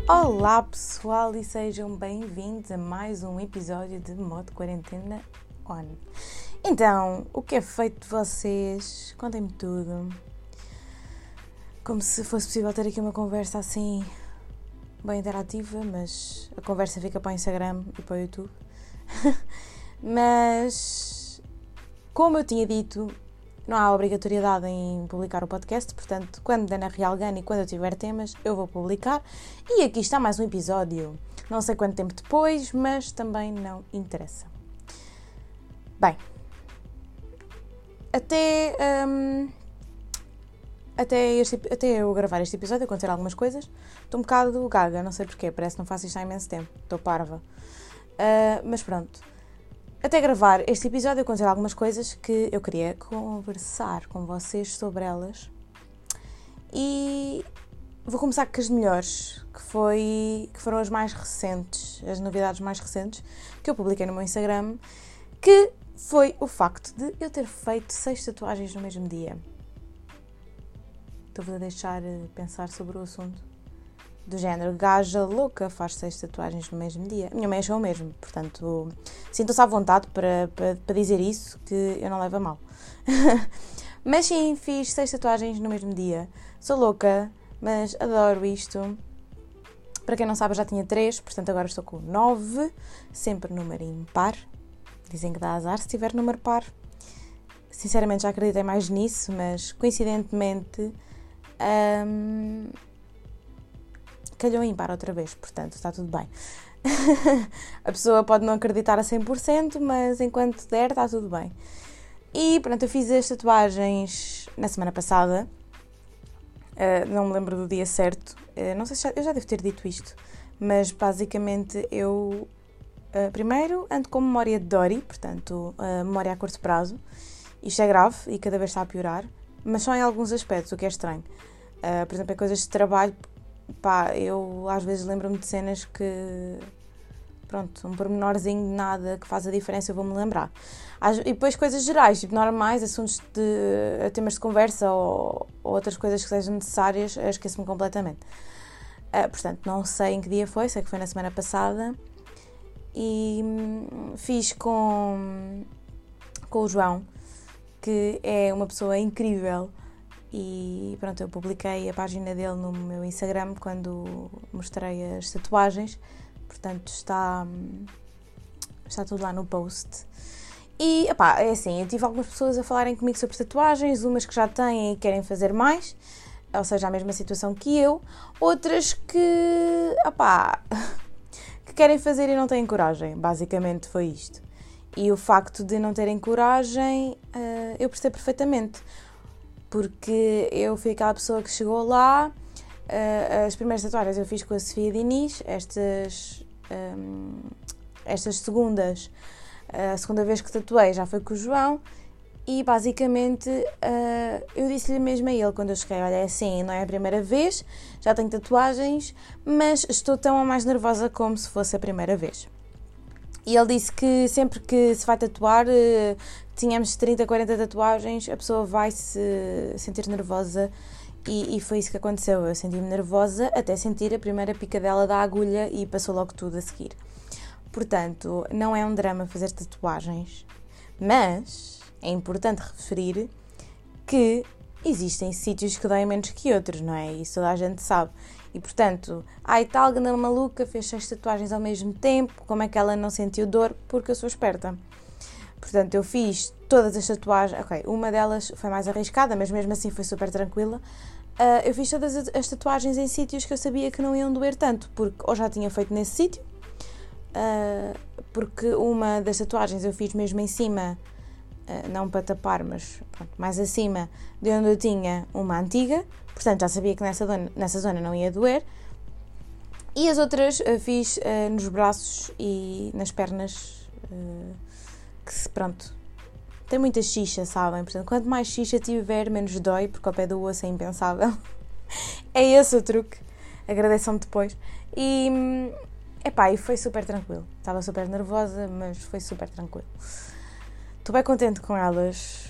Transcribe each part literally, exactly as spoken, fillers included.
Olá pessoal e sejam bem-vindos a mais um episódio de Modo Quarentena On. Então, o que é feito de vocês? Contem-me tudo. Como se fosse possível ter aqui uma conversa assim, bem interativa, mas a conversa fica para o Instagram e para o YouTube. Mas, como eu tinha dito, não há obrigatoriedade em publicar o podcast, portanto, quando der na Real Gana e quando eu tiver temas, eu vou publicar. E aqui está mais um episódio. Não sei quanto tempo depois, mas também não interessa. Bem, até, hum, até, este, até eu gravar este episódio, acontecer algumas coisas, estou um bocado gaga, não sei porquê, parece que não faço isto há imenso tempo, estou parva. Uh, mas pronto. Até gravar este episódio, acontecer algumas coisas que eu queria conversar com vocês sobre elas. E vou começar com as melhores, que, foi, que foram as mais recentes, as novidades mais recentes, que eu publiquei no meu Instagram, que foi o facto de eu ter feito seis tatuagens no mesmo dia. Estou-vos a deixar pensar sobre o assunto. Do género, gaja louca faz seis tatuagens no mesmo dia. A minha mãe achou o mesmo, portanto, sintam-se à vontade para, para, para dizer isso, que eu não levo a mal. Mas sim, fiz seis tatuagens no mesmo dia. Sou louca, mas adoro isto. Para quem não sabe, eu já tinha três, portanto agora estou com nove, sempre número impar. Dizem que dá azar se tiver número par. Sinceramente já acreditei mais nisso, mas coincidentemente... Hum, calhou ímpar outra vez, portanto está tudo bem. A pessoa pode não acreditar a cem por cento, mas enquanto der está tudo bem. E pronto, eu fiz as tatuagens na semana passada, uh, não me lembro do dia certo, uh, não sei se já, eu já devo ter dito isto, mas basicamente eu uh, primeiro ando com memória de Dory, portanto uh, memória a curto prazo. Isto é grave e cada vez está a piorar, mas só em alguns aspectos, o que é estranho. Uh, por exemplo, em coisas de trabalho, pá, eu às vezes lembro-me de cenas que, pronto, um pormenorzinho de nada que faz a diferença, eu vou-me lembrar. Às, e depois coisas gerais, tipo normais, assuntos de temas de conversa ou, ou outras coisas que sejam necessárias, eu esqueço-me completamente. Uh, portanto, não sei em que dia foi, sei que foi na semana passada e hum, fiz com, com o João, que é uma pessoa incrível. E pronto, eu publiquei a página dele no meu Instagram quando mostrei as tatuagens, portanto está, está tudo lá no post. E epá, é assim, eu tive algumas pessoas a falarem comigo sobre tatuagens, umas que já têm e querem fazer mais, ou seja, a mesma situação que eu, outras que, epá, que querem fazer e não têm coragem, basicamente foi isto. E o facto de não terem coragem, eu percebo perfeitamente. Porque eu fui aquela pessoa que chegou lá, uh, as primeiras tatuagens eu fiz com a Sofia Diniz, estas, um, estas segundas, uh, a segunda vez que tatuei já foi com o João e basicamente uh, eu disse-lhe mesmo a ele quando eu cheguei, olha, é assim, não é a primeira vez, já tenho tatuagens, mas estou tão ou mais nervosa como se fosse a primeira vez. E ele disse que sempre que se vai tatuar, tínhamos trinta, quarenta tatuagens, a pessoa vai se sentir nervosa e, e foi isso que aconteceu. Eu senti-me nervosa até sentir a primeira picadela da agulha e passou logo tudo a seguir. Portanto, não é um drama fazer tatuagens, mas é importante referir que existem sítios que doem menos que outros, não é? Isso toda a gente sabe. E, portanto, ai tal, ganda maluca, fez seis tatuagens ao mesmo tempo, como é que ela não sentiu dor? Porque eu sou esperta. Portanto, eu fiz todas as tatuagens, ok, uma delas foi mais arriscada, mas mesmo assim foi super tranquila. Uh, eu fiz todas as tatuagens em sítios que eu sabia que não iam doer tanto, porque ou já tinha feito nesse sítio, uh, porque uma das tatuagens eu fiz mesmo em cima, uh, não para tapar, mas pronto, mais acima de onde eu tinha uma antiga, portanto já sabia que nessa zona, nessa zona não ia doer. E as outras uh, fiz uh, nos braços e nas pernas, uh, que pronto, tem muita xixa, sabem? Portanto, quanto mais xixa tiver, menos dói, porque ao pé do osso é impensável. É esse o truque. Agradeçam-me depois. E, epá, e foi super tranquilo. Estava super nervosa, mas foi super tranquilo. Estou bem contente com elas.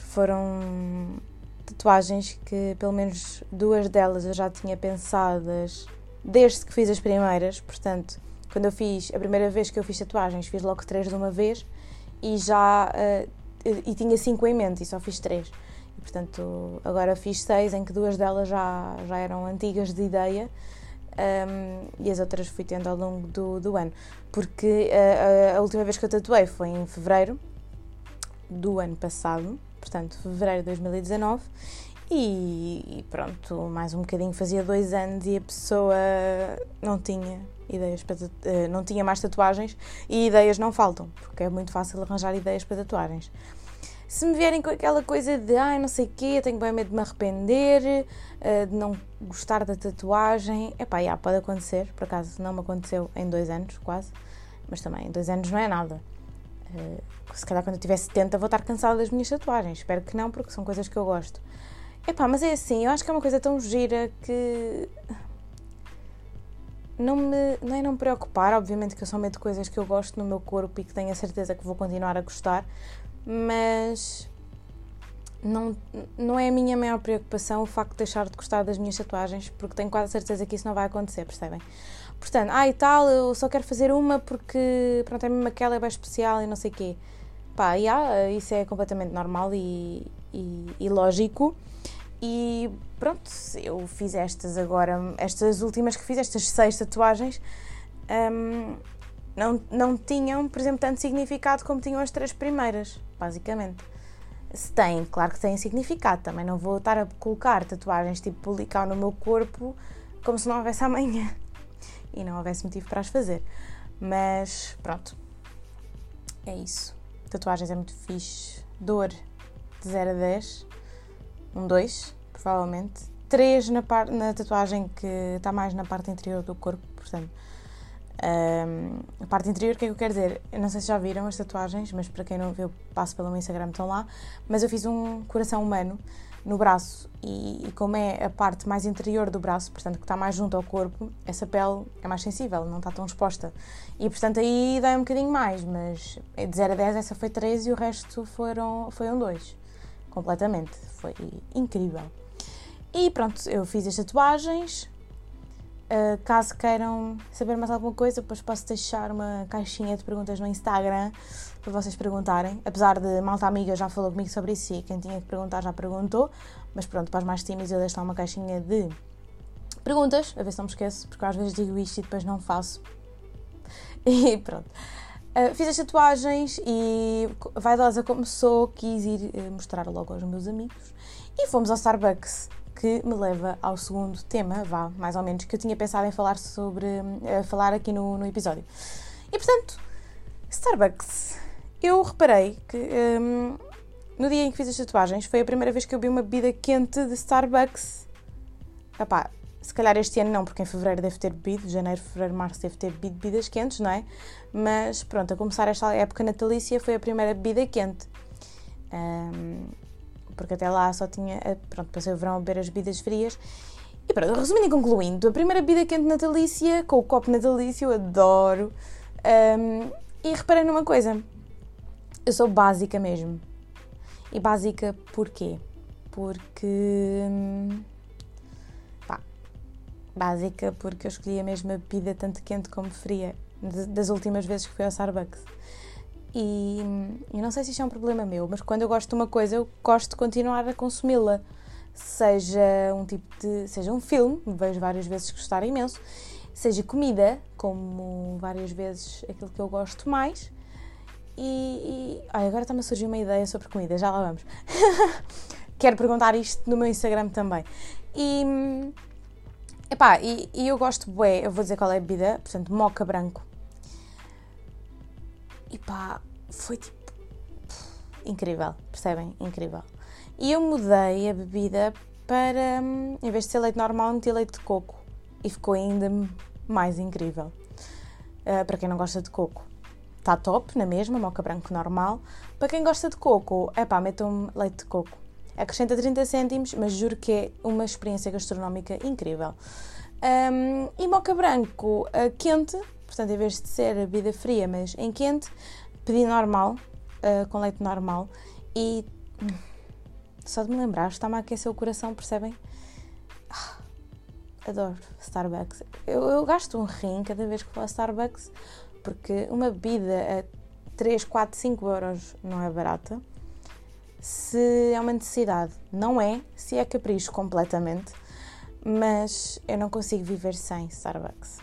Foram tatuagens que, pelo menos duas delas, eu já tinha pensadas desde que fiz as primeiras, portanto, quando eu fiz, a primeira vez que eu fiz tatuagens, fiz logo três de uma vez e já, uh, e tinha cinco em mente e só fiz três. E, portanto, agora fiz seis, em que duas delas já, já eram antigas de ideia, um, e as outras fui tendo ao longo do, do ano. Porque uh, a última vez que eu tatuei foi em fevereiro do ano passado, portanto, fevereiro de dois mil e dezanove, e, e pronto, mais um bocadinho fazia dois anos e a pessoa não tinha ideias para, uh, não tinha mais tatuagens, e ideias não faltam, porque é muito fácil arranjar ideias para tatuagens. Se me vierem com aquela coisa de, ai, não sei o quê, eu tenho bem medo de me arrepender, uh, de não gostar da tatuagem, epá, já, pode acontecer, por acaso não me aconteceu em dois anos, quase, mas também em dois anos não é nada. Uh, se calhar quando eu tiver setenta vou estar cansada das minhas tatuagens, espero que não, porque são coisas que eu gosto. Epá, mas é assim, eu acho que é uma coisa tão gira que não me, não é não me preocupar, obviamente que eu só meto coisas que eu gosto no meu corpo e que tenho a certeza que vou continuar a gostar, mas não, não é a minha maior preocupação o facto de deixar de gostar das minhas tatuagens, porque tenho quase certeza que isso não vai acontecer, percebem? Portanto, ah e tal, eu só quero fazer uma porque, pronto, é mesmo aquela, é bem especial e não sei o quê. Pá, yeah, isso é completamente normal e, e, e lógico. E pronto, eu fiz estas agora, estas últimas que fiz, estas seis tatuagens, um, não, não tinham, por exemplo, tanto significado como tinham as três primeiras, basicamente. Se têm, claro que têm significado, também não vou estar a colocar tatuagens tipo polical no meu corpo como se não houvesse amanhã e não houvesse motivo para as fazer. Mas pronto, é isso. Tatuagens é muito fixe. Dor de zero a dez. Um dois, provavelmente. três na, par- na tatuagem que está mais na parte interior do corpo, portanto. Um, a parte interior, o que é que eu quero dizer? Eu não sei se já viram as tatuagens, mas para quem não viu, passo pelo meu Instagram, estão lá. Mas eu fiz um coração humano no braço e, e como é a parte mais interior do braço, portanto que está mais junto ao corpo, essa pele é mais sensível, não está tão exposta. E portanto aí dá um bocadinho mais, mas de zero a dez essa foi três e o resto foram, foi um dois. Completamente. Foi incrível. E pronto, eu fiz as tatuagens. Uh, caso queiram saber mais alguma coisa, depois posso deixar uma caixinha de perguntas no Instagram para vocês perguntarem. Apesar de malta amiga já falou comigo sobre isso e quem tinha que perguntar já perguntou. Mas pronto, para os mais tímidos eu deixo lá uma caixinha de perguntas, a ver se não me esqueço, porque às vezes digo isto e depois não faço. E pronto. Uh, fiz as tatuagens e, vaidosa como sou, quis ir uh, mostrar logo aos meus amigos. E fomos ao Starbucks, que me leva ao segundo tema, vá, mais ou menos, que eu tinha pensado em falar sobre, uh, falar aqui no, no episódio. E portanto, Starbucks. Eu reparei que um, no dia em que fiz as tatuagens foi a primeira vez que eu vi uma bebida quente de Starbucks. Epá, se calhar este ano não, porque em fevereiro deve ter bebido, janeiro, fevereiro, março deve ter bebido bebidas quentes, não é? Mas pronto, a começar esta época natalícia foi a primeira bebida quente. Um, porque até lá só tinha, pronto, passei o verão a beber as bebidas frias. E pronto, resumindo e concluindo, a primeira bebida quente natalícia, com o copo natalício, eu adoro. Um, e reparei numa coisa, eu sou básica mesmo. E básica porquê? Porque... Pá, básica porque eu escolhi a mesma bebida tanto quente como fria das últimas vezes que fui ao Starbucks. E eu não sei se isto é um problema meu, mas quando eu gosto de uma coisa, eu gosto de continuar a consumi-la. Seja um tipo de... Seja um filme, me vejo várias vezes gostar imenso. Seja comida, como várias vezes aquilo que eu gosto mais. E... e ai, agora está-me a surgir uma ideia sobre comida, já lá vamos. Quero perguntar isto no meu Instagram também. E... Epá, e, e eu gosto bué, eu vou dizer qual é a bebida, portanto, moca branco. E pá, foi tipo incrível, percebem? Incrível. E eu mudei a bebida para, em vez de ser leite normal, meti leite de coco. E ficou ainda mais incrível. Uh, para quem não gosta de coco, está top, na mesma, moca branco normal. Para quem gosta de coco, é pá, metam leite de coco. Acrescenta trinta cêntimos, mas juro que é uma experiência gastronómica incrível. Um, e moca branco uh, quente, portanto, em vez de ser a bebida fria, mas em quente, pedi normal, uh, com leite normal, e só de me lembrar, está-me a aquecer o coração, percebem? Ah, adoro Starbucks. Eu, eu gasto um rim cada vez que vou a Starbucks, porque uma bebida a três, quatro, cinco euros não é barata. Se é uma necessidade, não é. Se é capricho, completamente. Mas eu não consigo viver sem Starbucks.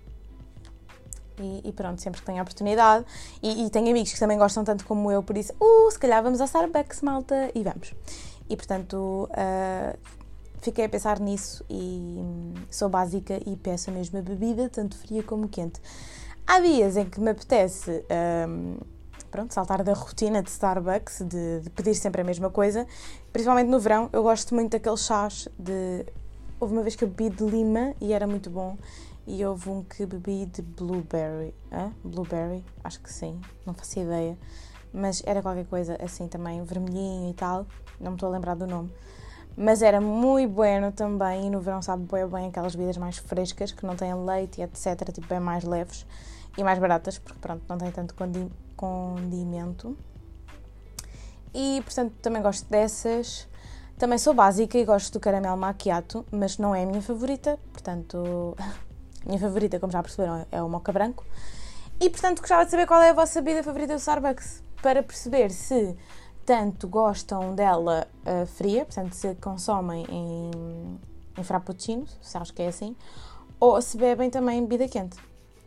E, e pronto, sempre que tenho a oportunidade. E, e tenho amigos que também gostam tanto como eu, por isso, uh, se calhar vamos a Starbucks, malta, e vamos. E portanto, uh, fiquei a pensar nisso e hum, sou básica e peço a mesma bebida, tanto fria como quente. Há dias em que me apetece um, pronto, saltar da rotina de Starbucks, de, de pedir sempre a mesma coisa, principalmente no verão. Eu gosto muito daqueles chás de... Houve uma vez que eu bebi de lima e era muito bom, e houve um que bebi de blueberry. Hã? Blueberry? Acho que sim, não faço ideia. Mas era qualquer coisa assim também, vermelhinho e tal, não me estou a lembrar do nome. Mas era muito bueno também, e no verão sabe bem, bem aquelas bebidas mais frescas, que não têm leite e etcétera, tipo bem mais leves e mais baratas, porque pronto, não tem tanto condi- condimento. E portanto também gosto dessas. Também sou básica e gosto do caramelo macchiato, mas não é a minha favorita, portanto, a minha favorita, como já perceberam, é o mocha branco. E portanto gostava de saber qual é a vossa bebida favorita do Starbucks, para perceber se tanto gostam dela uh, fria, portanto se consomem em, em frappuccino, se acho que é assim, ou se bebem também bebida quente.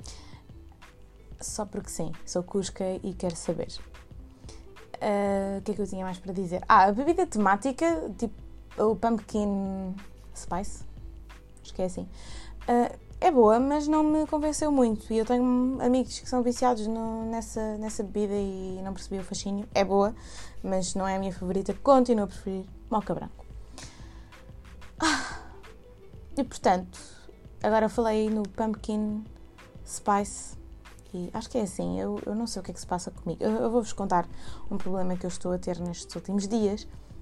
Só porque sim, sou cusca e quero saber. Uh, o que é que eu tinha mais para dizer? Ah, a bebida temática, tipo o pumpkin spice, acho que é assim, uh, é boa, mas não me convenceu muito. E eu tenho amigos que são viciados no, nessa, nessa bebida e não percebi o fascínio. É boa, mas não é a minha favorita. Continuo a preferir mocha branco. Ah, e portanto, agora falei no pumpkin spice. E acho que é assim, eu, eu não sei o que é que se passa comigo. Eu, eu vou-vos contar um problema que eu estou a ter nestes últimos dias.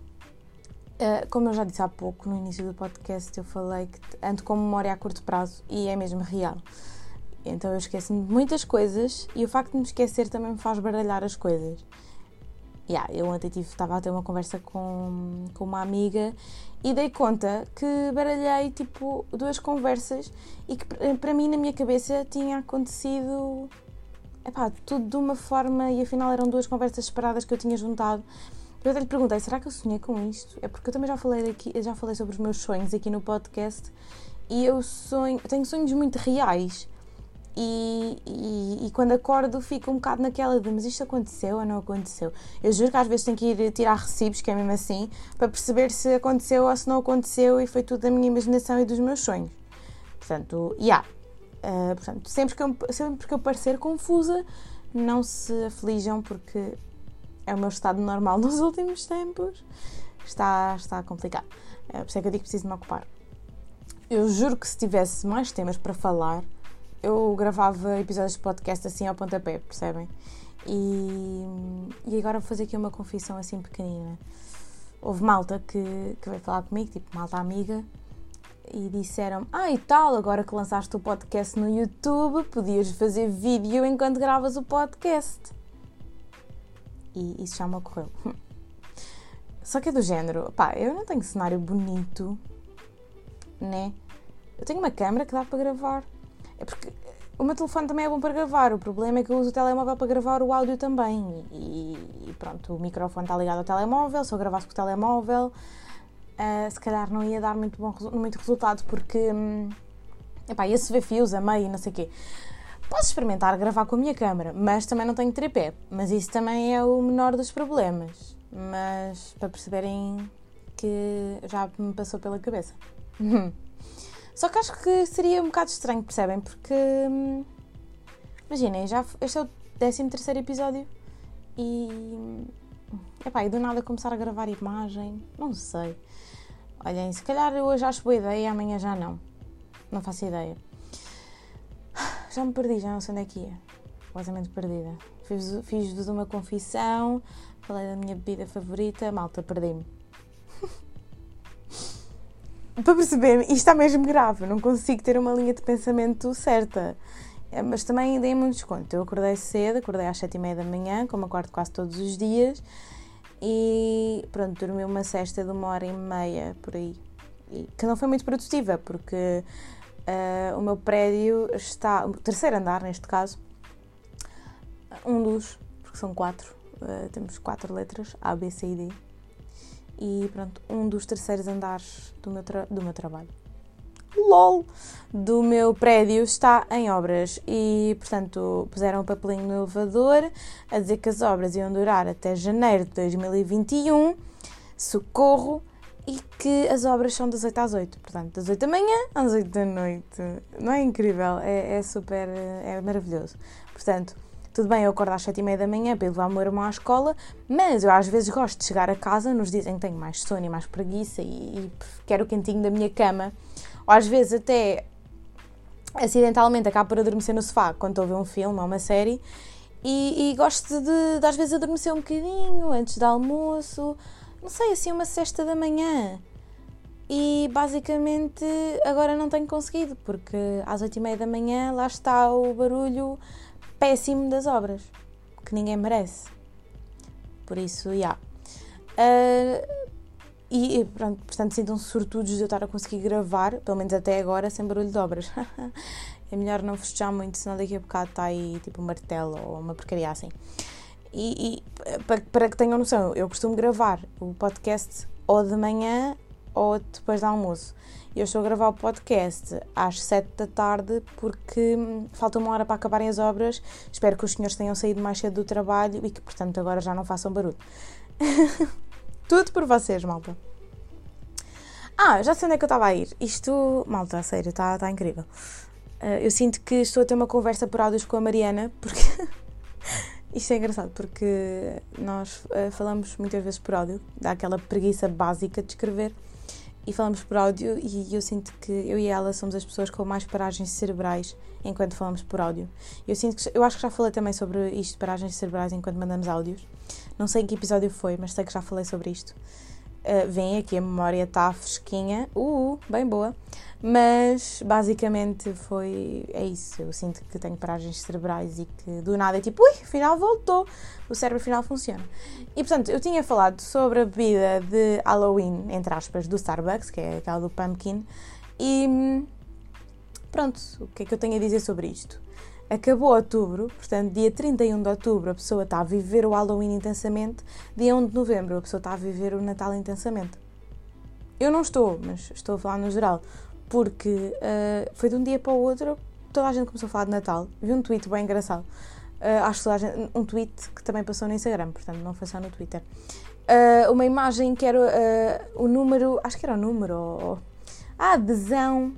Uh, como eu já disse há pouco, no início do podcast, eu falei que ando com memória a curto prazo e é mesmo real. Então eu esqueço-me de muitas coisas e o facto de me esquecer também me faz baralhar as coisas. Yeah, eu ontem tive, estava a ter uma conversa com, com uma amiga e dei conta que baralhei tipo duas conversas e que para mim na minha cabeça tinha acontecido epá, tudo de uma forma e afinal eram duas conversas separadas que eu tinha juntado. Eu até lhe perguntei, será que eu sonhei com isto? É porque eu também já falei, daqui, já falei sobre os meus sonhos aqui no podcast e eu sonho, eu tenho sonhos muito reais. E, e, e quando acordo fico um bocado naquela de mas isto aconteceu ou não aconteceu? Eu juro que às vezes tenho que ir tirar recibos, que é mesmo assim, para perceber se aconteceu ou se não aconteceu e foi tudo da minha imaginação e dos meus sonhos. Portanto, já. Yeah. Uh, portanto, sempre que, eu, sempre que eu parecer confusa, não se aflijam porque é o meu estado normal nos últimos tempos. Está, está complicado. Uh, por isso é que eu digo que preciso de me ocupar. Eu juro que se tivesse mais temas para falar, eu gravava episódios de podcast assim ao pontapé, percebem? E, e agora vou fazer aqui uma confissão assim pequenina. Houve malta que, que veio falar comigo, tipo malta amiga, e disseram, ah e tal, agora que lançaste o podcast no YouTube, podias fazer vídeo enquanto gravas o podcast. E isso já me ocorreu. Só que é do género, pá, eu não tenho cenário bonito, né? Eu tenho uma câmera que dá para gravar. É porque o meu telefone também é bom para gravar, o problema é que eu uso o telemóvel para gravar o áudio também e, e pronto, o microfone está ligado ao telemóvel, se eu gravasse com o telemóvel uh, se calhar não ia dar muito, bom, muito resultado porque hum, epá, ia-se ver fios a meio e não sei o quê. Posso experimentar gravar com a minha câmera, mas também não tenho tripé, mas isso também é o menor dos problemas, mas para perceberem que já me passou pela cabeça. Só que acho que seria um bocado estranho, percebem? Porque, hum, imaginem, já, este é o décimo terceiro episódio e, epá, e do nada começar a gravar imagem, não sei. Olhem, se calhar eu hoje acho boa ideia e amanhã já não. Não faço ideia. Já me perdi, já não sei onde é que ia. Completamente perdida. Fiz, fiz-vos uma confissão, falei da minha bebida favorita, malta, perdi-me. Para perceber, isto está mesmo grave, eu não consigo ter uma linha de pensamento certa. Mas também dei muito desconto. Eu acordei cedo, acordei às sete e meia da manhã, como acordo quase todos os dias, e pronto, dormi uma cesta de uma hora e meia, por aí. e que não foi muito produtiva, porque uh, o meu prédio está, o terceiro andar neste caso, um dos, porque são quatro, uh, temos quatro letras, A, B, C e D, e pronto, um dos terceiros andares do meu, tra- do meu trabalho, LOL, do meu prédio está em obras e, portanto, puseram um papelinho no elevador a dizer que as obras iam durar até janeiro de dois mil e vinte e um, socorro, e que as obras são das oito às oito, portanto, das oito da manhã às oito da noite. Não é incrível? É, é super, é maravilhoso. Portanto, tudo bem, eu acordo às sete e meia da manhã para ir levar o meu irmão à escola, mas eu às vezes gosto de chegar a casa nos dias em que tenho mais sono e mais preguiça e, e quero o quentinho da minha cama, ou às vezes até acidentalmente acabo por adormecer no sofá quando estou a ver um filme ou uma série e, e gosto de, de às vezes adormecer um bocadinho antes do almoço, não sei, assim uma sesta da manhã. E basicamente agora não tenho conseguido, porque às oito e meia da manhã lá está o barulho péssimo das obras, que ninguém merece. Por isso, já. Yeah. Uh, e pronto, portanto sintam-se sortudos de eu estar a conseguir gravar, pelo menos até agora, sem barulho de obras. É melhor não festejar muito, senão daqui a bocado está aí tipo um martelo ou uma porcaria assim. E, e para, para que tenham noção, eu costumo gravar o podcast ou de manhã ou depois do almoço. Eu estou a gravar o podcast às sete da tarde porque falta uma hora para acabarem as obras. Espero que os senhores tenham saído mais cedo do trabalho e que, portanto, agora já não façam barulho. Tudo por vocês, malta. Ah, já sei onde é que eu estava a ir. Isto, malta, a sério, está tá incrível. Uh, eu sinto que estou a ter uma conversa por áudios com a Mariana, porque... Isto é engraçado, porque nós uh, falamos muitas vezes por áudio, dá aquela preguiça básica de escrever, e falamos por áudio e eu sinto que eu e ela somos as pessoas com mais paragens cerebrais enquanto falamos por áudio. Eu sinto que, eu acho que já falei também sobre isto, paragens cerebrais enquanto mandamos áudios. Não sei em que episódio foi, mas sei que já falei sobre isto. Uh, vem aqui, a memória está fresquinha, uh, bem boa, mas basicamente foi, é isso, eu sinto que tenho paragens cerebrais e que do nada é tipo, ui, afinal voltou, o cérebro afinal funciona. E portanto, eu tinha falado sobre a bebida de Halloween, entre aspas, do Starbucks, que é aquela do Pumpkin, e pronto, o que é que eu tenho a dizer sobre isto? Acabou outubro, portanto, dia trinta e um de outubro a pessoa está a viver o Halloween intensamente, dia um de novembro a pessoa está a viver o Natal intensamente. Eu não estou, mas estou a falar no geral, porque uh, foi de um dia para o outro, toda a gente começou a falar de Natal. Vi um tweet bem engraçado, uh, acho que toda a gente, um tweet que também passou no Instagram, portanto não foi só no Twitter. Uh, uma imagem que era uh, o número, acho que era o número, ou, a adesão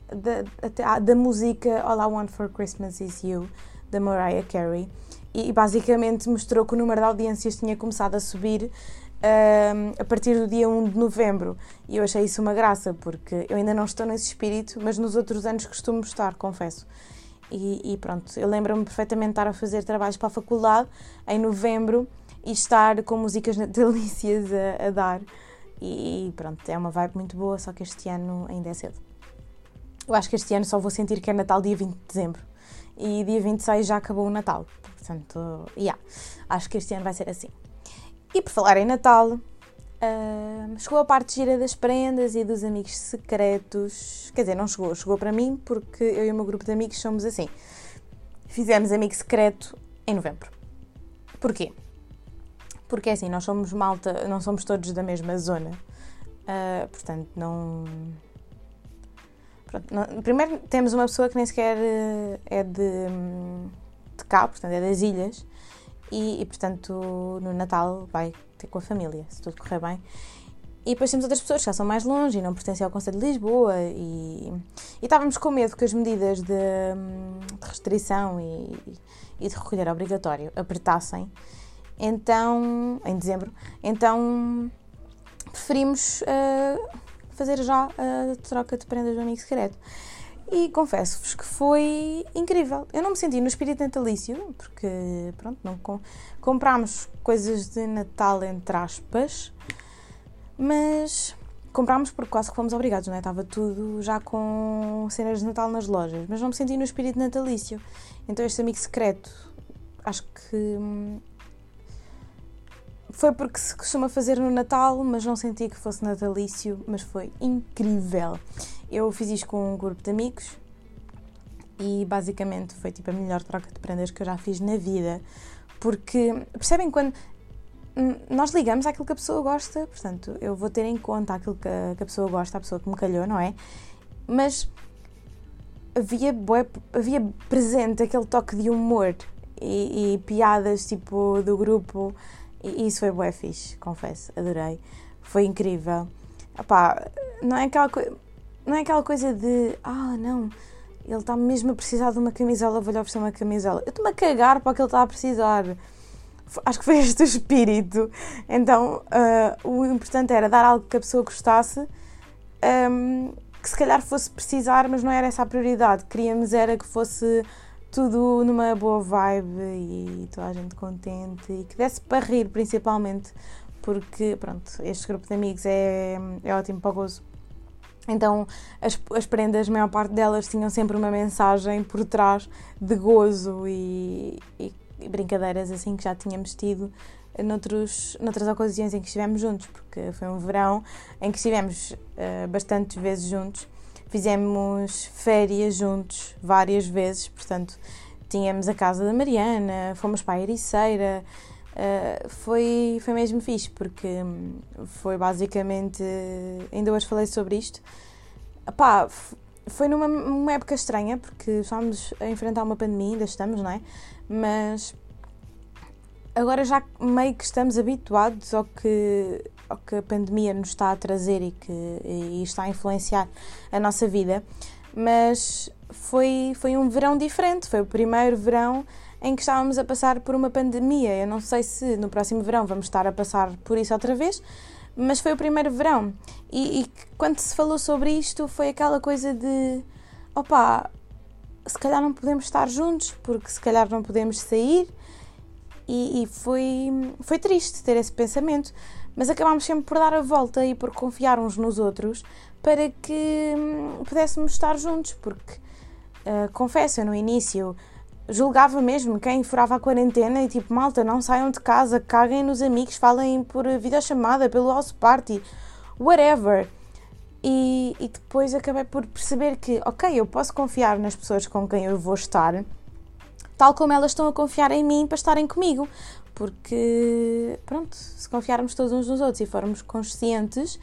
Da, da música All I Want for Christmas Is You, da Mariah Carey, e basicamente mostrou que o número de audiências tinha começado a subir um, a partir do dia um de novembro, e eu achei isso uma graça, porque eu ainda não estou nesse espírito, mas nos outros anos costumo estar, confesso. E, e pronto, eu lembro-me perfeitamente de estar a fazer trabalhos para a faculdade em novembro e estar com músicas natalícias a, a dar, e pronto, é uma vibe muito boa, só que este ano ainda é cedo. Eu acho que este ano só vou sentir que é Natal dia vinte de dezembro. E dia vinte e seis já acabou o Natal. Portanto, yeah, acho que este ano vai ser assim. E por falar em Natal, uh, chegou a parte gira das prendas e dos amigos secretos. Quer dizer, não chegou. Chegou para mim porque eu e o meu grupo de amigos somos assim. Fizemos amigo secreto em novembro. Porquê? Porque assim, nós somos malta, não somos todos da mesma zona. Uh, portanto, não... Primeiro temos uma pessoa que nem sequer é de, de cá, portanto é das ilhas, e, e portanto no Natal vai ter com a família, se tudo correr bem. E depois temos outras pessoas que já são mais longe e não pertencem ao concelho de Lisboa, e, e estávamos com medo que as medidas de, de restrição e, e de recolher obrigatório apertassem, então, em dezembro, então preferimos... Uh, fazer já a troca de prendas do amigo secreto. E confesso-vos que foi incrível. Eu não me senti no espírito natalício, porque, pronto, não com... comprámos coisas de Natal, entre aspas, mas comprámos porque quase que fomos obrigados, não é? Estava tudo já com cenas de Natal nas lojas, mas não me senti no espírito natalício. Então este amigo secreto, acho que... foi porque se costuma fazer no Natal, mas não senti que fosse natalício, mas foi incrível. Eu fiz isto com um grupo de amigos e basicamente foi tipo a melhor troca de prendas que eu já fiz na vida, porque percebem quando nós ligamos àquilo que a pessoa gosta, portanto eu vou ter em conta aquilo que a, que a pessoa gosta, a pessoa que me calhou, não é? Mas havia, bué, havia presente aquele toque de humor e, e piadas tipo do grupo, e isso foi bué fixe, confesso, adorei, foi incrível. Epá, não é aquela, co- não é aquela coisa de, ah não, ele está mesmo a precisar de uma camisola, vou-lhe oferecer uma camisola. Eu estou-me a cagar para o que ele está a precisar. Acho que foi este o espírito. Então, uh, o importante era dar algo que a pessoa gostasse, um, que se calhar fosse precisar, mas não era essa a prioridade. Queríamos era que fosse tudo numa boa vibe e toda a gente contente e que desse para rir, principalmente, porque, pronto, este grupo de amigos é, é ótimo para o gozo. Então, as, as prendas, a maior parte delas tinham sempre uma mensagem por trás de gozo e, e, e brincadeiras assim que já tínhamos tido noutros, noutras ocasiões em que estivemos juntos, porque foi um verão em que estivemos uh, bastantes vezes juntos, fizemos férias juntos várias vezes, portanto, tínhamos a casa da Mariana, fomos para a Ericeira. Uh, foi, foi mesmo fixe, porque hum, foi basicamente, ainda hoje falei sobre isto. Epá, f- foi numa uma época estranha, porque estávamos a enfrentar uma pandemia, ainda estamos, não é? Mas agora já meio que estamos habituados ao que, ao que a pandemia nos está a trazer e que e está a influenciar a nossa vida. Mas foi, foi um verão diferente, foi o primeiro verão em que estávamos a passar por uma pandemia. Eu não sei se no próximo verão vamos estar a passar por isso outra vez, mas foi o primeiro verão. E, e quando se falou sobre isto, foi aquela coisa de, opá, se calhar não podemos estar juntos, porque se calhar não podemos sair, e, e foi, foi triste ter esse pensamento, mas acabámos sempre por dar a volta e por confiar uns nos outros para que hum, pudéssemos estar juntos, porque, uh, confesso, eu no início julgava mesmo quem furava a quarentena e tipo, malta, não saiam de casa, caguem nos amigos, falem por videochamada, pelo house party, whatever. E, e depois acabei por perceber que, ok, eu posso confiar nas pessoas com quem eu vou estar, tal como elas estão a confiar em mim para estarem comigo. Porque, pronto, se confiarmos todos uns nos outros e formos conscientes,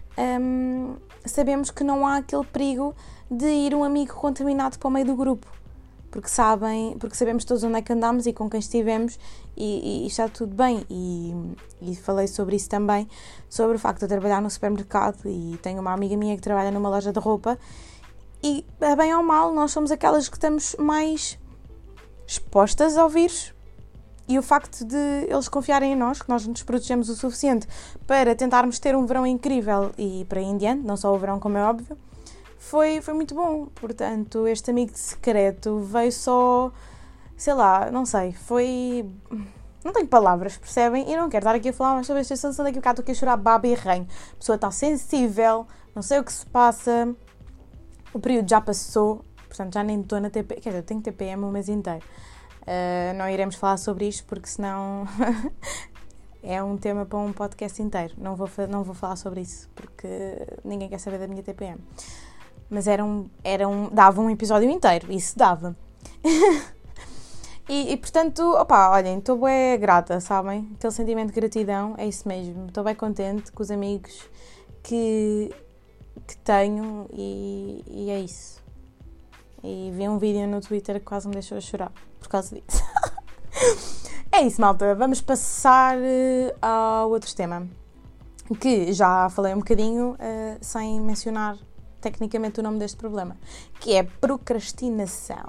hum, sabemos que não há aquele perigo de ir um amigo contaminado para o meio do grupo. Porque sabem, porque sabemos todos onde é que andamos e com quem estivemos e, e está tudo bem. E, e falei sobre isso também, sobre o facto de eu trabalhar no supermercado e tenho uma amiga minha que trabalha numa loja de roupa e, bem ou mal, nós somos aquelas que estamos mais expostas ao vírus. E o facto de eles confiarem em nós, que nós nos protegemos o suficiente para tentarmos ter um verão incrível e para aí em diante, não só o verão como é óbvio, Foi, foi muito bom. Portanto, este amigo de secreto veio só, sei lá, não sei, foi... Não tenho palavras, percebem? E não quero estar aqui a falar mais sobre esta situação, daqui a bocado estou aqui a chorar baba e arranho. A pessoa está sensível, não sei o que se passa, o período já passou, portanto já nem estou na T P M, quer dizer, eu tenho T P M o mês inteiro. Uh, não iremos falar sobre isto porque senão é um tema para um podcast inteiro. Não vou, não vou falar sobre isso porque ninguém quer saber da minha T P M. Mas era um, era um, dava um episódio inteiro, isso dava. e, e portanto, opá, olhem, estou bem grata, sabem? Aquele sentimento de gratidão, é isso mesmo. Estou bem contente com os amigos que, que tenho e, e é isso. E vi um vídeo no Twitter que quase me deixou a chorar por causa disso. É isso, malta, vamos passar uh, ao outro tema, que já falei um bocadinho uh, sem mencionar tecnicamente o nome deste problema, que é procrastinação.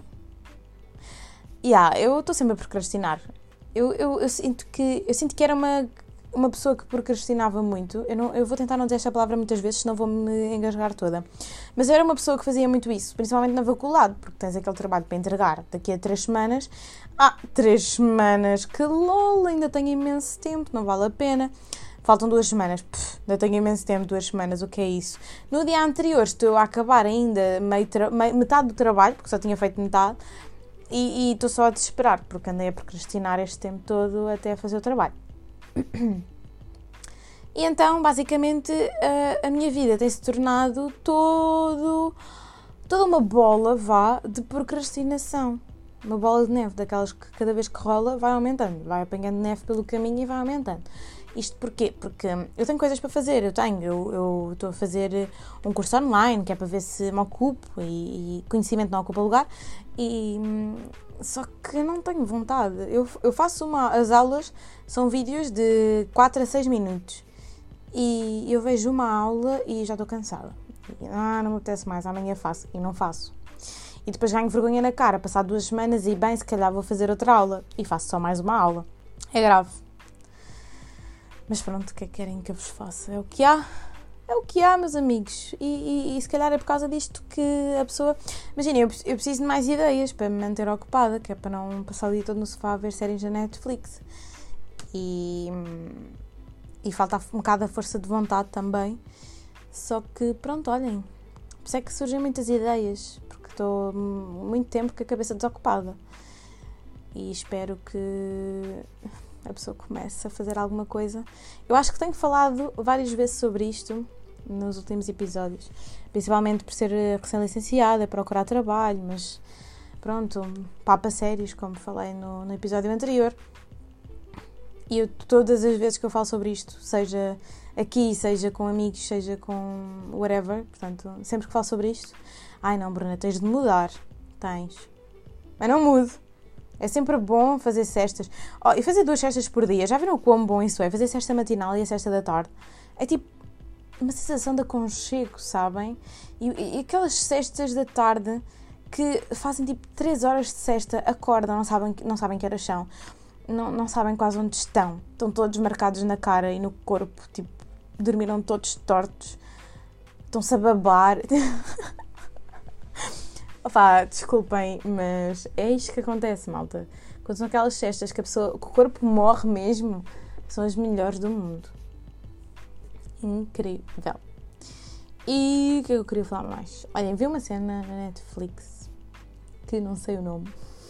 Yeah, eu estou sempre a procrastinar. Eu, eu, eu, sinto que, eu sinto que era uma, uma pessoa que procrastinava muito. Eu, não, eu vou tentar não dizer esta palavra muitas vezes, senão vou-me engasgar toda. Mas eu era uma pessoa que fazia muito isso, principalmente na faculdade, porque tens aquele trabalho para entregar daqui a três semanas. Ah, três semanas, que lol, ainda tenho imenso tempo, não vale a pena. Faltam duas semanas, Pff, ainda tenho imenso tempo, duas semanas, o que é isso? No dia anterior estou a acabar ainda meio tra- meio, metade do trabalho, porque só tinha feito metade, e, e estou só a desesperar, porque andei a procrastinar este tempo todo até a fazer o trabalho. E então, basicamente, a, a minha vida tem-se tornado todo, toda uma bola, vá, de procrastinação. Uma bola de neve, daquelas que cada vez que rola vai aumentando, vai apanhando neve pelo caminho e vai aumentando. Isto porquê? Porque eu tenho coisas para fazer, eu tenho, eu, eu estou a fazer um curso online, que é para ver se me ocupo, e, e conhecimento não ocupa lugar, e só que eu não tenho vontade. Eu, eu faço uma, as aulas são vídeos de quatro a seis minutos, e eu vejo uma aula e já estou cansada. E, ah, não me apetece mais, amanhã faço, e não faço. E depois ganho vergonha na cara, passar duas semanas e bem, se calhar vou fazer outra aula, e faço só mais uma aula. É grave. Mas pronto, o que é que querem que eu vos faça? É o que há, é o que há, meus amigos. E, e, e se calhar é por causa disto que a pessoa... Imaginem, eu, eu preciso de mais ideias para me manter ocupada, que é para não passar o dia todo no sofá a ver séries da Netflix. E, e falta um bocado a força de vontade também. Só que, pronto, olhem, por isso é que surgem muitas ideias, porque estou muito tempo com a cabeça desocupada. E espero que a pessoa comece a fazer alguma coisa. Eu acho que tenho falado várias vezes sobre isto nos últimos episódios, principalmente por ser recém-licenciada, procurar trabalho, mas pronto, papa séries, como falei no, no episódio anterior. E eu, todas as vezes que eu falo sobre isto, seja aqui, seja com amigos, seja com whatever, portanto, sempre que falo sobre isto, ai não, Bruna, tens de mudar, tens, mas não mudo. É sempre bom fazer cestas. Oh, e fazer duas cestas por dia. Já viram o quão bom isso é? Fazer cesta matinal e a cesta da tarde. É tipo uma sensação de aconchego, sabem? E, e aquelas cestas da tarde que fazem tipo três horas de cesta, acordam, não sabem, não sabem que horas são. Não, não sabem quase onde estão. Estão todos marcados na cara e no corpo. Tipo, dormiram todos tortos. Estão-se a babar. Opa, desculpem, mas é isto que acontece, malta. Quando são aquelas cestas que a pessoa, que o corpo morre mesmo, são as melhores do mundo. Incrível. E o que é que eu queria falar mais? Olhem, vi uma cena na Netflix que não sei o nome.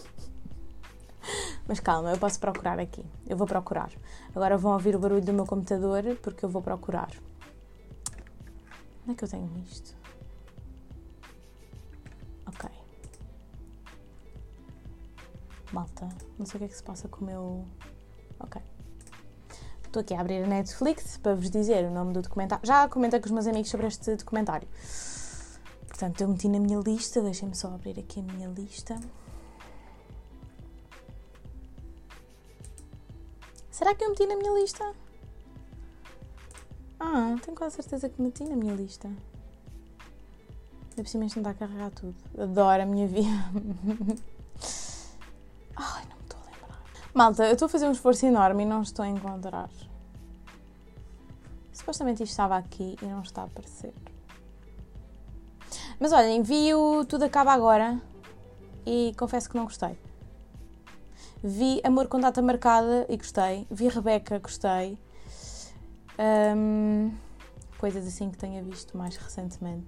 Mas calma, eu posso procurar aqui. Eu vou procurar. Agora vão ouvir o barulho do meu computador porque eu vou procurar. Onde é que eu tenho isto? Ok. Malta, não sei o que é que se passa com o meu... Ok. Estou aqui a abrir a Netflix para vos dizer o nome do documentário. Já comentei com os meus amigos sobre este documentário. Portanto, eu meti na minha lista. Deixem-me só abrir aqui a minha lista. Será que eu meti na minha lista? Ah, tenho quase certeza que meti na minha lista. Ainda por cima isto não está a carregar tudo. Adoro a minha vida. Ai, não me estou a lembrar. Malta, eu estou a fazer um esforço enorme e não estou a encontrar. Supostamente isto estava aqui e não está a aparecer. Mas olhem, vi o Tudo Acaba Agora e confesso que não gostei. Vi Amor com Data Marcada e gostei. Vi Rebeca, gostei. Um, coisas assim que tenha visto mais recentemente.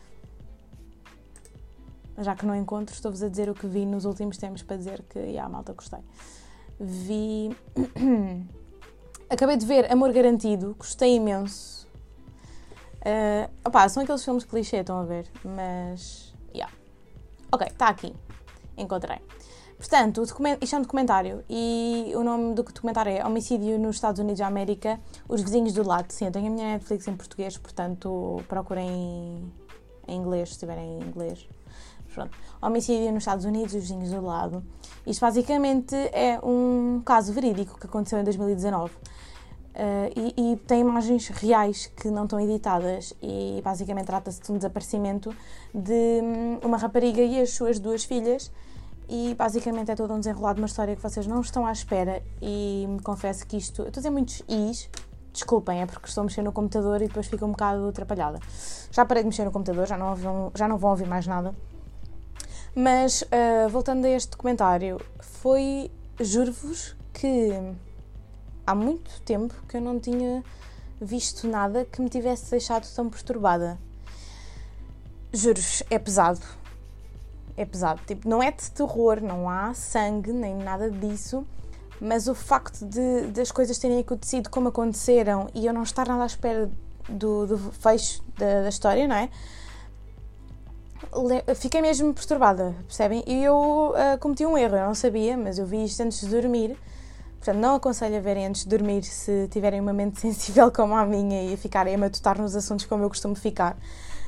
Já que não encontro, estou-vos a dizer o que vi nos últimos tempos para dizer que, yeah, malta, gostei. Vi... Acabei de ver Amor Garantido, gostei imenso. Uh, opá, são aqueles filmes clichê, estão a ver, mas... Yeah. Ok, está aqui. Encontrei. Portanto, o document... isto é um documentário e o nome do documentário é Homicídio nos Estados Unidos da América, Os Vizinhos do Lado. Sim, eu tenho a minha Netflix em português, portanto procurem em inglês, se tiverem em inglês. Pronto. Homicídio nos Estados Unidos e Os Vizinhos do Lado. Isto basicamente é um caso verídico que aconteceu em dois mil e dezanove. Uh, e, e tem imagens reais que não estão editadas e basicamente trata-se de um desaparecimento de uma rapariga e as suas duas filhas. E basicamente é todo um desenrolado de uma história que vocês não estão à espera e me confesso que isto... Eu estou a dizer muitos is, desculpem, é porque estou a mexer no computador e depois fico um bocado atrapalhada. Já parei de mexer no computador, já não, vão, já não vão ouvir mais nada. Mas, uh, voltando a este documentário, foi, juro-vos, que há muito tempo que eu não tinha visto nada que me tivesse deixado tão perturbada. Juro-vos, é pesado. É pesado. Tipo, não é de terror, não há sangue, nem nada disso, mas o facto de, das coisas terem acontecido como aconteceram e eu não estar nada à espera do, do fecho da, da história, não é? Fiquei mesmo perturbada, percebem? E eu uh, cometi um erro, eu não sabia, mas eu vi isto antes de dormir. Portanto, não aconselho a verem antes de dormir se tiverem uma mente sensível como a minha e a ficarem a matutar nos assuntos como eu costumo ficar.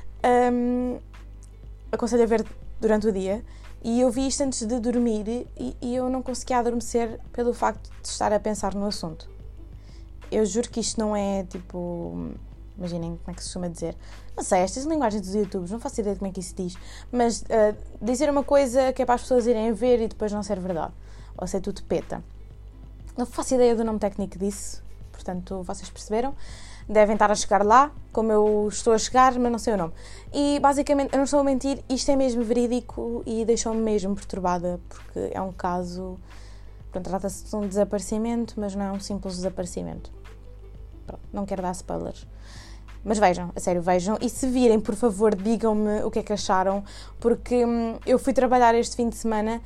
Um, aconselho a ver durante o dia. E eu vi isto antes de dormir e, e eu não conseguia adormecer pelo facto de estar a pensar no assunto. Eu juro que isto não é tipo... Imaginem como é que se costuma dizer. Não sei, estas linguagens dos YouTubes, não faço ideia de como é que isso se diz. Mas uh, dizer uma coisa que é para as pessoas irem ver e depois não ser verdade. Ou ser tudo peta. Não faço ideia do nome técnico disso. Portanto, vocês perceberam. Devem estar a chegar lá, como eu estou a chegar, mas não sei o nome. E, basicamente, eu não estou a mentir, isto é mesmo verídico e deixou-me mesmo perturbada, porque é um caso... Pronto, trata-se de um desaparecimento, mas não é um simples desaparecimento. Pronto, não quero dar spoilers. Mas vejam, a sério, vejam. E se virem, por favor, digam-me o que é que acharam, porque hum, eu fui trabalhar este fim de semana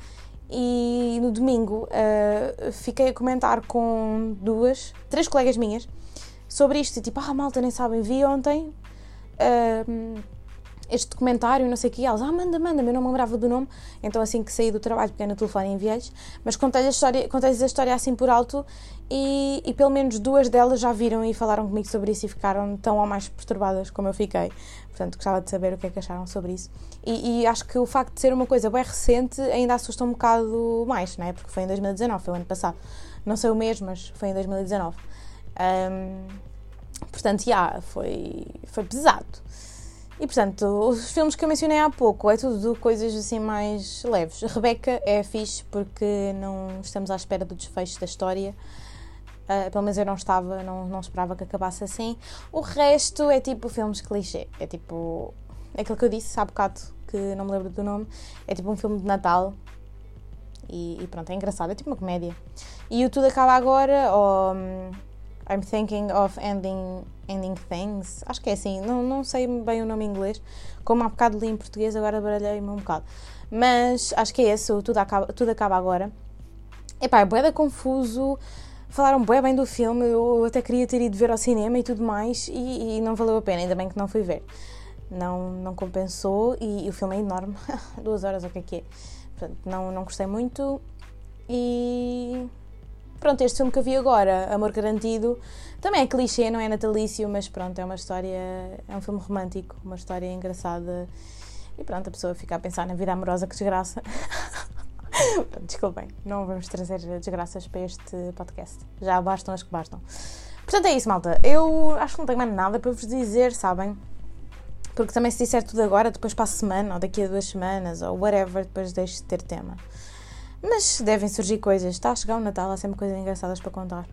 e no domingo uh, fiquei a comentar com duas, três colegas minhas sobre isto, e tipo, ah, malta, nem sabem, vi ontem uh, este documentário, não sei o que, elas, ah, manda, manda, eu não me lembrava do nome, então assim que saí do trabalho, peguei no telefone e enviei-lhes, mas contei-lhes a história, contei-lhes a história assim por alto, e, e pelo menos duas delas já viram e falaram comigo sobre isso e ficaram tão ou mais perturbadas como eu fiquei, portanto gostava de saber o que é que acharam sobre isso, e, e acho que o facto de ser uma coisa bem recente ainda assusta um bocado mais, não é? Porque foi em dois mil e dezanove, foi o ano passado, não sei o mês, mas foi em dois mil e dezanove. Um, portanto, já, yeah, foi, foi pesado. E, portanto, os filmes que eu mencionei há pouco é tudo coisas assim mais leves. Rebecca é fixe porque não estamos à espera do desfecho da história. Uh, pelo menos eu não estava, não, não esperava que acabasse assim. O resto é tipo filmes clichê. É tipo... É aquilo que eu disse há bocado, que não me lembro do nome. É tipo um filme de Natal. E, e pronto, é engraçado. É tipo uma comédia. E o Tudo Acaba Agora, ou... Um, I'm thinking of ending, ending things. Acho que é assim, não, não sei bem o nome em inglês. Como há bocado li em português, agora baralhei-me um bocado. Mas acho que é esse, o Tudo Acaba, Tudo Acaba Agora. Epá, é bué da confuso. Falaram bué bem do filme, eu até queria ter ido ver ao cinema e tudo mais, e, e não valeu a pena, ainda bem que não fui ver. Não, não compensou, e, e o filme é enorme. Duas horas, ou o que é que é. Portanto, não, não gostei muito. E... Pronto, este filme que eu vi agora, Amor Garantido, também é clichê, não é natalício, mas pronto, é uma história, é um filme romântico, uma história engraçada, e pronto, a pessoa fica a pensar na vida amorosa, que desgraça. Pronto, desculpem, não vamos trazer desgraças para este podcast, já bastam as que bastam. Portanto é isso, malta, eu acho que não tenho mais nada para vos dizer, sabem? Porque também se disser tudo agora, depois para a semana, ou daqui a duas semanas, ou whatever, depois deixo de ter tema. Mas devem surgir coisas. Está a chegar o Natal, há sempre coisas engraçadas para contar.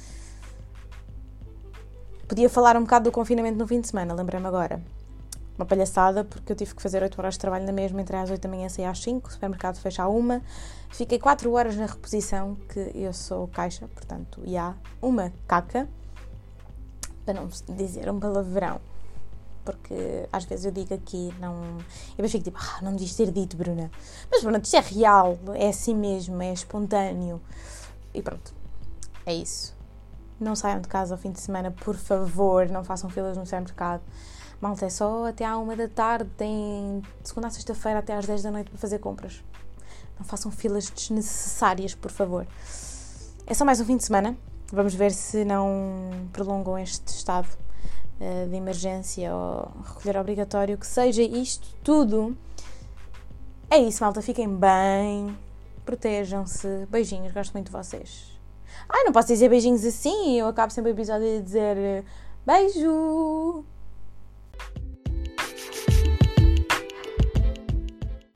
Podia falar um bocado do confinamento no fim de semana, lembrei-me agora. Uma palhaçada, porque eu tive que fazer oito horas de trabalho na mesma, entre às oito da manhã e saí às cinco, o supermercado fecha à uma. Fiquei quatro horas na reposição, que eu sou caixa, portanto, e há uma caca, para não dizer um palavrão. Porque às vezes eu digo aqui, não... Eu depois fico tipo, ah, não me devias ter dito, Bruna. Mas pronto, isto é real, é assim mesmo, é espontâneo. E pronto, é isso. Não saiam de casa ao fim de semana, por favor, não façam filas no supermercado. Malta, é só até à uma da tarde, tem de segunda a sexta-feira até às dez da noite para fazer compras. Não façam filas desnecessárias, por favor. É só mais um fim de semana. Vamos ver se não prolongam este estado de emergência ou recolher obrigatório, que seja isto tudo. É isso, malta, fiquem bem, protejam-se, beijinhos, gosto muito de vocês. Ai, não posso dizer beijinhos assim, eu acabo sempre o episódio a dizer beijo.